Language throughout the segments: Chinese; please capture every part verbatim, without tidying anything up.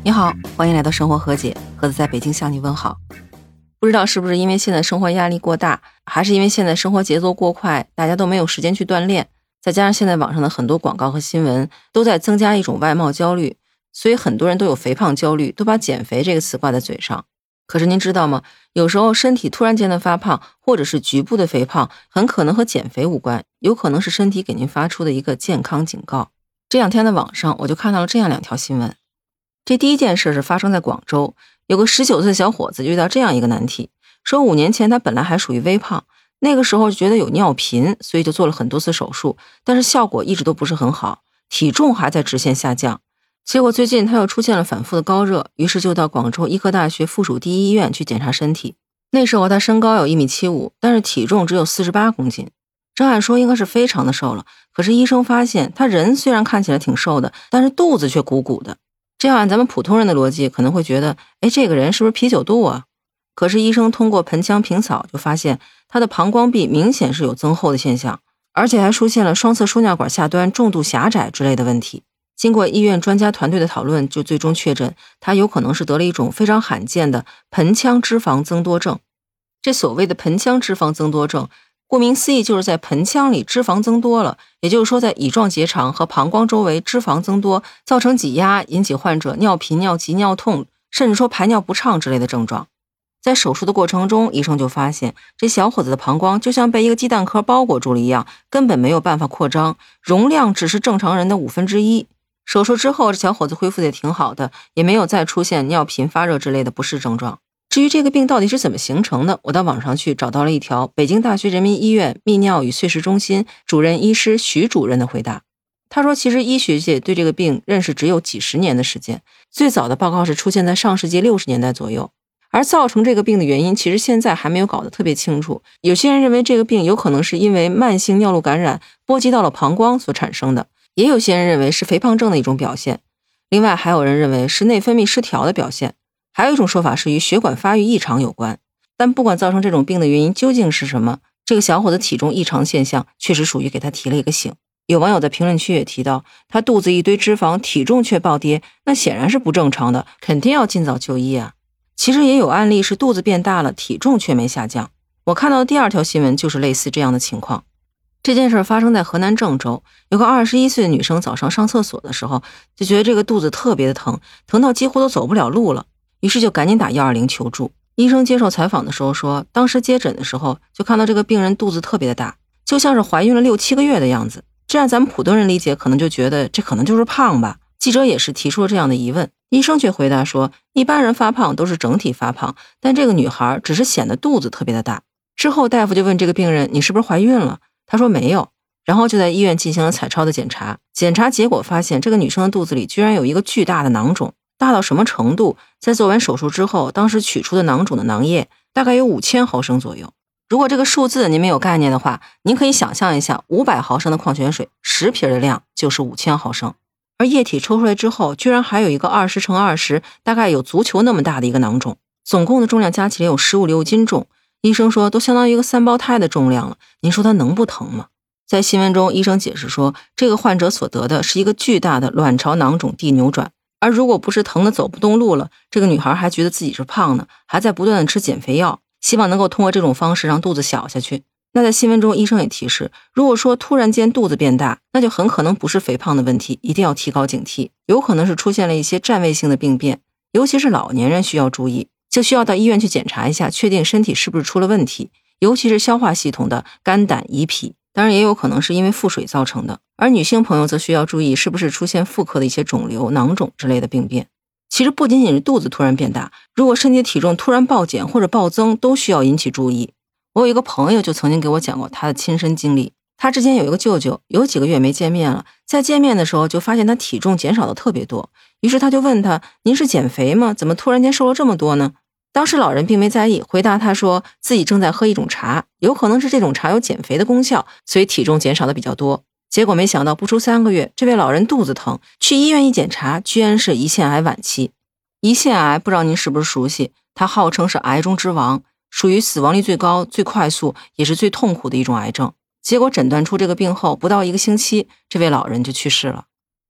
你好，欢迎来到生活和解，盒子在北京向你问好。不知道是不是因为现在生活压力过大，还是因为现在生活节奏过快，大家都没有时间去锻炼，再加上现在网上的很多广告和新闻都在增加一种外貌焦虑，所以很多人都有肥胖焦虑，都把减肥这个词挂在嘴上。可是您知道吗？有时候身体突然间的发胖，或者是局部的肥胖，很可能和减肥无关，有可能是身体给您发出的一个健康警告。这两天的网上我就看到了这样两条新闻。这第一件事是发生在广州，有个十九岁的小伙子遇到这样一个难题，说五年前他本来还属于微胖，那个时候觉得有尿频，所以就做了很多次手术，但是效果一直都不是很好，体重还在直线下降。结果最近他又出现了反复的高热，于是就到广州医科大学附属第一医院去检查身体。那时候他身高有一米七五，但是体重只有四十八公斤，这按说应该是非常的瘦了，可是医生发现他人虽然看起来挺瘦的，但是肚子却鼓鼓的。这样按咱们普通人的逻辑可能会觉得，哎，这个人是不是啤酒肚啊？可是医生通过盆腔平扫就发现他的膀胱壁明显是有增厚的现象，而且还出现了双侧输尿管下端重度狭窄之类的问题。经过医院专家团队的讨论，就最终确诊他有可能是得了一种非常罕见的盆腔脂肪增多症。这所谓的盆腔脂肪增多症，顾名思义就是在盆腔里脂肪增多了，也就是说在乙状结肠和膀胱周围脂肪增多，造成挤压，引起患者尿频、尿急、尿痛，甚至说排尿不畅之类的症状。在手术的过程中，医生就发现这小伙子的膀胱就像被一个鸡蛋壳包裹住了一样，根本没有办法扩张，容量只是正常人的五分之一。手术之后，这小伙子恢复的也挺好的，也没有再出现尿频、发热之类的不适症状。至于这个病到底是怎么形成的，我到网上去找到了一条北京大学人民医院泌尿与碎石中心主任医师徐主任的回答。他说其实医学界对这个病认识只有几十年的时间，最早的报告是出现在上世纪六十年代左右，而造成这个病的原因其实现在还没有搞得特别清楚。有些人认为这个病有可能是因为慢性尿路感染波及到了膀胱所产生的，也有些人认为是肥胖症的一种表现，另外还有人认为是内分泌失调的表现，还有一种说法是与血管发育异常有关。但不管造成这种病的原因究竟是什么，这个小伙子体重异常现象确实属于给他提了一个醒。有网友在评论区也提到，他肚子一堆脂肪，体重却暴跌，那显然是不正常的，肯定要尽早就医啊。其实也有案例是肚子变大了，体重却没下降。我看到的第二条新闻就是类似这样的情况。这件事发生在河南郑州，有个二十一岁的女生早上上厕所的时候，就觉得这个肚子特别的疼，疼到几乎都走不了路了，于是就赶紧打一二零求助。医生接受采访的时候说，当时接诊的时候就看到这个病人肚子特别的大，就像是怀孕了六七个月的样子。这样咱们普通人理解可能就觉得这可能就是胖吧。记者也是提出了这样的疑问，医生却回答说，一般人发胖都是整体发胖，但这个女孩只是显得肚子特别的大。之后大夫就问这个病人，你是不是怀孕了？他说没有，然后就在医院进行了彩超的检查，检查结果发现这个女生的肚子里居然有一个巨大的囊肿，大到什么程度？在做完手术之后，当时取出的囊肿的囊液大概有五千毫升左右。如果这个数字您没有概念的话，您可以想象一下，五百毫升的矿泉水十瓶的量就是五千毫升，而液体抽出来之后，居然还有一个二十乘二十，大概有足球那么大的一个囊肿，总共的重量加起来有十五六斤重。医生说都相当于一个三胞胎的重量了，您说他能不疼吗？在新闻中，医生解释说，这个患者所得的是一个巨大的卵巢囊肿递扭转，而如果不是疼得走不动路了，这个女孩还觉得自己是胖呢，还在不断的吃减肥药，希望能够通过这种方式让肚子小下去。那在新闻中，医生也提示，如果说突然间肚子变大，那就很可能不是肥胖的问题，一定要提高警惕，有可能是出现了一些占位性的病变，尤其是老年人需要注意，就需要到医院去检查一下，确定身体是不是出了问题，尤其是消化系统的肝胆胰脾，当然也有可能是因为腹水造成的。而女性朋友则需要注意是不是出现妇科的一些肿瘤、囊肿之类的病变。其实不仅仅是肚子突然变大，如果身体的体重突然暴减或者暴增，都需要引起注意。我有一个朋友就曾经给我讲过他的亲身经历，他之前有一个舅舅，有几个月没见面了，在见面的时候就发现他体重减少的特别多，于是他就问他，您是减肥吗？怎么突然间瘦了这么多呢？当时老人并没在意，回答他说自己正在喝一种茶，有可能是这种茶有减肥的功效，所以体重减少的比较多。结果没想到不出三个月，这位老人肚子疼，去医院一检查，居然是胰腺癌晚期。胰腺癌不知道您是不是熟悉，它号称是癌中之王，属于死亡率最高、最快速也是最痛苦的一种癌症。结果诊断出这个病后不到一个星期，这位老人就去世了。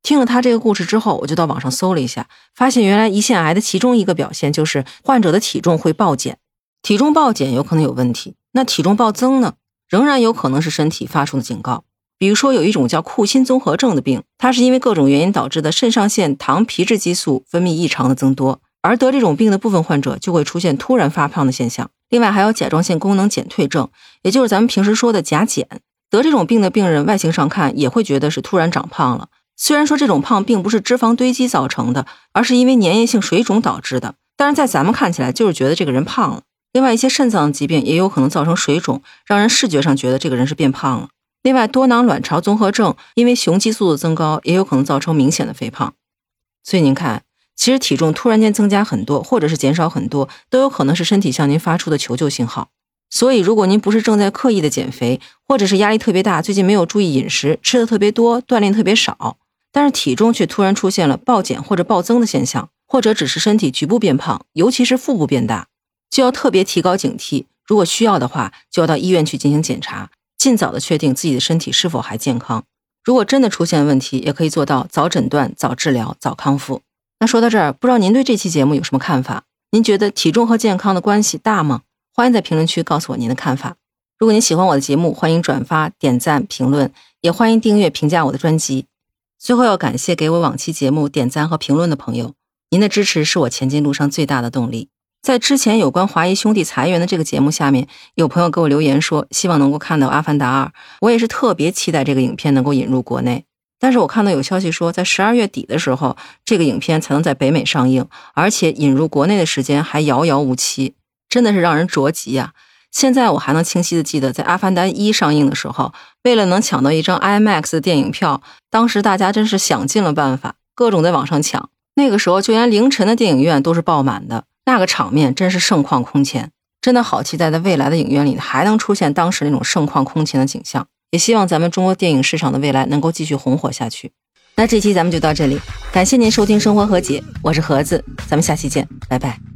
听了他这个故事之后，我就到网上搜了一下，发现原来胰腺癌的其中一个表现就是患者的体重会暴减。体重暴减有可能有问题，那体重暴增呢，仍然有可能是身体发出的警告。比如说有一种叫库欣综合症的病，它是因为各种原因导致的肾上腺糖皮质激素分泌异常的增多，而得这种病的部分患者就会出现突然发胖的现象。另外还有甲状腺功能减退症，也就是咱们平时说的甲减，得这种病的病人外形上看也会觉得是突然长胖了。虽然说这种胖并不是脂肪堆积造成的，而是因为粘液性水肿导致的，但是在咱们看起来就是觉得这个人胖了。另外一些肾脏疾病也有可能造成水肿，让人视觉上觉得这个人是变胖了。另外多囊卵巢综合症因为雄激素的增高也有可能造成明显的肥胖。所以您看，其实体重突然间增加很多或者是减少很多，都有可能是身体向您发出的求救信号。所以如果您不是正在刻意的减肥，或者是压力特别大，最近没有注意饮食，吃的特别多，锻炼特别少，但是体重却突然出现了暴减或者暴增的现象，或者只是身体局部变胖，尤其是腹部变大，就要特别提高警惕，如果需要的话就要到医院去进行检查，尽早的确定自己的身体是否还健康。如果真的出现问题，也可以做到早诊断、早治疗、早康复。那说到这儿，不知道您对这期节目有什么看法？您觉得体重和健康的关系大吗？欢迎在评论区告诉我您的看法。如果您喜欢我的节目，欢迎转发、点赞、评论，也欢迎订阅、评价我的专辑。最后要感谢给我往期节目点赞和评论的朋友，您的支持是我前进路上最大的动力。在之前有关华谊兄弟裁员的这个节目下面，有朋友给我留言说希望能够看到《阿凡达二》，我也是特别期待这个影片能够引入国内。但是我看到有消息说在十二月底的时候，这个影片才能在北美上映，而且引入国内的时间还遥遥无期，真的是让人着急啊。现在我还能清晰的记得，在《阿凡达一》上映的时候，为了能抢到一张 I M A X 的电影票，当时大家真是想尽了办法，各种在网上抢。那个时候就连凌晨的电影院都是爆满的，那个场面真是盛况空前。真的好期待在未来的影院里还能出现当时那种盛况空前的景象，也希望咱们中国电影市场的未来能够继续红火下去。那这期咱们就到这里，感谢您收听生活和解，我是盒子，咱们下期见，拜拜。